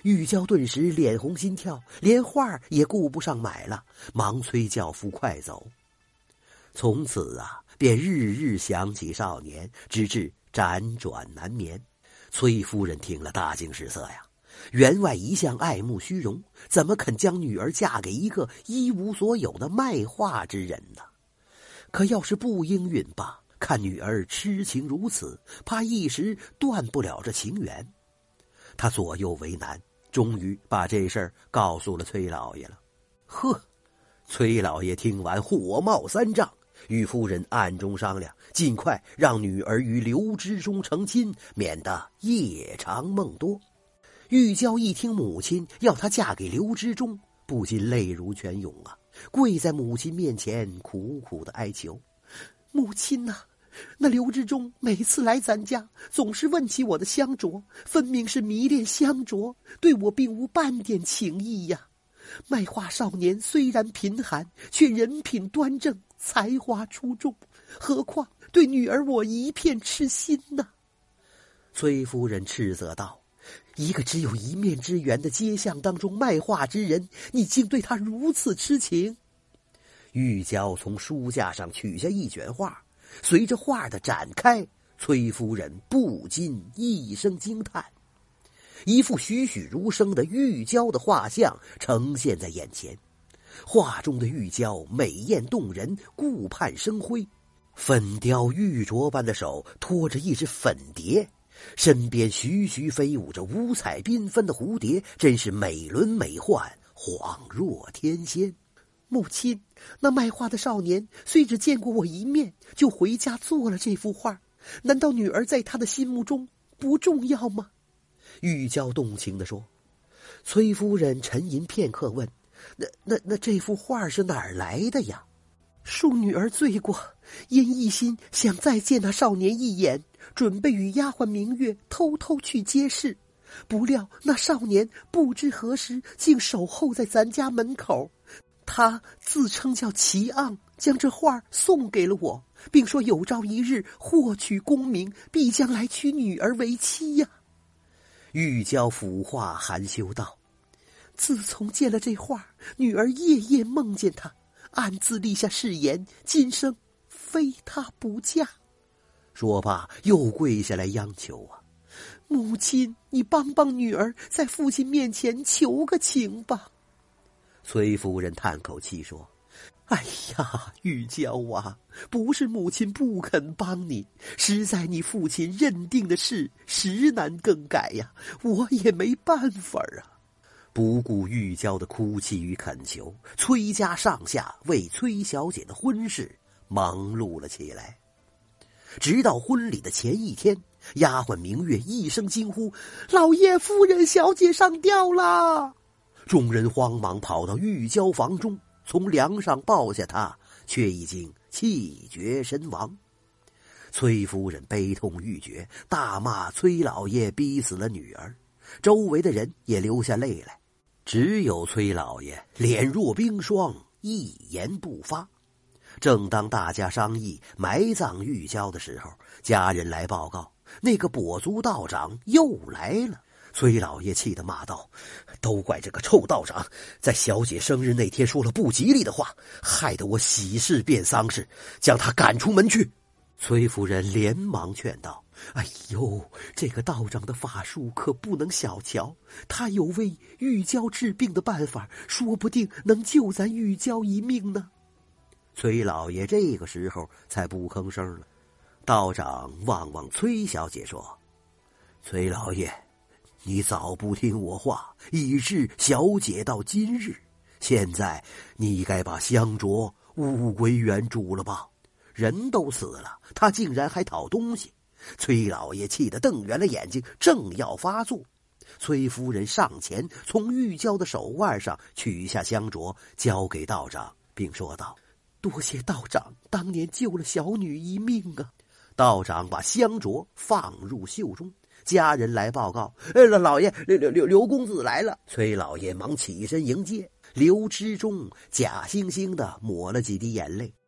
玉娇顿时脸红心跳，连话也顾不上买了，忙催轿夫快走。从此啊，便日日想起少年，直至辗转难眠。崔夫人听了大惊失色呀，员外一向爱慕虚荣，怎么肯将女儿嫁给一个一无所有的卖画之人呢？可要是不应允罢，看女儿痴情如此，怕一时断不了这情缘。他左右为难，终于把这事儿告诉了崔老爷了。呵，崔老爷听完火冒三丈，与夫人暗中商量，尽快让女儿与刘知中成亲，免得夜长梦多。玉娇一听母亲要她嫁给刘知中，不禁泪如泉涌啊，跪在母亲面前苦苦的哀求：“母亲呐，那刘知中每次来咱家，总是问起我的香镯，分明是迷恋香镯，对我并无半点情意呀。卖画少年虽然贫寒，却人品端正，才华出众，何况对女儿我一片痴心呢？”崔夫人斥责道：“一个只有一面之缘的街巷当中卖画之人，你竟对他如此痴情？”玉娇从书架上取下一卷画，随着画的展开，崔夫人不禁一声惊叹。一幅栩栩如生的玉娇的画像呈现在眼前，画中的玉娇美艳动人，顾盼生辉，粉雕玉琢般的手托着一只粉蝶，身边徐徐飞舞着五彩缤纷的蝴蝶，真是美轮美奂，恍若天仙。母亲，那卖画的少年虽只见过我一面，就回家做了这幅画，难道女儿在他的心目中不重要吗？玉娇动情地说。崔夫人沉吟片刻问：“那这幅画是哪儿来的呀？”“恕女儿罪过，因一心想再见那少年一眼，准备与丫鬟明月偷偷去街市，不料那少年不知何时竟守候在咱家门口。他自称叫齐昂，将这画送给了我，并说有朝一日获取功名，必将来娶女儿为妻呀。”玉娇抚画含羞道：“自从见了这画，女儿夜夜梦见他，暗自立下誓言，今生非他不嫁。”说罢又跪下来央求啊：“母亲，你帮帮女儿，在父亲面前求个情吧。”崔夫人叹口气说：“哎呀，玉娇啊，不是母亲不肯帮你，实在你父亲认定的事实难更改呀，我也没办法啊。”不顾玉娇的哭泣与恳求，崔家上下为崔小姐的婚事忙碌了起来。直到婚礼的前一天，丫鬟明月一声惊呼：“老爷夫人小姐上吊啦！”众人慌忙跑到玉娇房中，从梁上抱下她，却已经气绝身亡。崔夫人悲痛欲绝，大骂崔老爷逼死了女儿，周围的人也流下泪来，只有崔老爷脸若冰霜，一言不发。正当大家商议埋葬玉娇的时候，家人来报告，那个跛足道长又来了。崔老爷气得骂道：“都怪这个臭道长，在小姐生日那天说了不吉利的话，害得我喜事变丧事，将他赶出门去。”崔夫人连忙劝道：“哎呦，这个道长的法术可不能小瞧，他有为玉娇治病的办法，说不定能救咱玉娇一命呢。”崔老爷这个时候才不吭声了。道长望望崔小姐说：“崔老爷，你早不听我话，以致小姐到今日，现在你该把香镯物归原主了吧？人都死了，他竟然还讨东西！”崔老爷气得瞪圆了眼睛，正要发作，崔夫人上前从玉娇的手腕上取下香镯，交给道长，并说道：“多谢道长当年救了小女一命啊！”道长把香镯放入袖中。家人来报告：“老爷，刘公子来了。”崔老爷忙起身迎接。刘知中假惺惺地抹了几滴眼泪，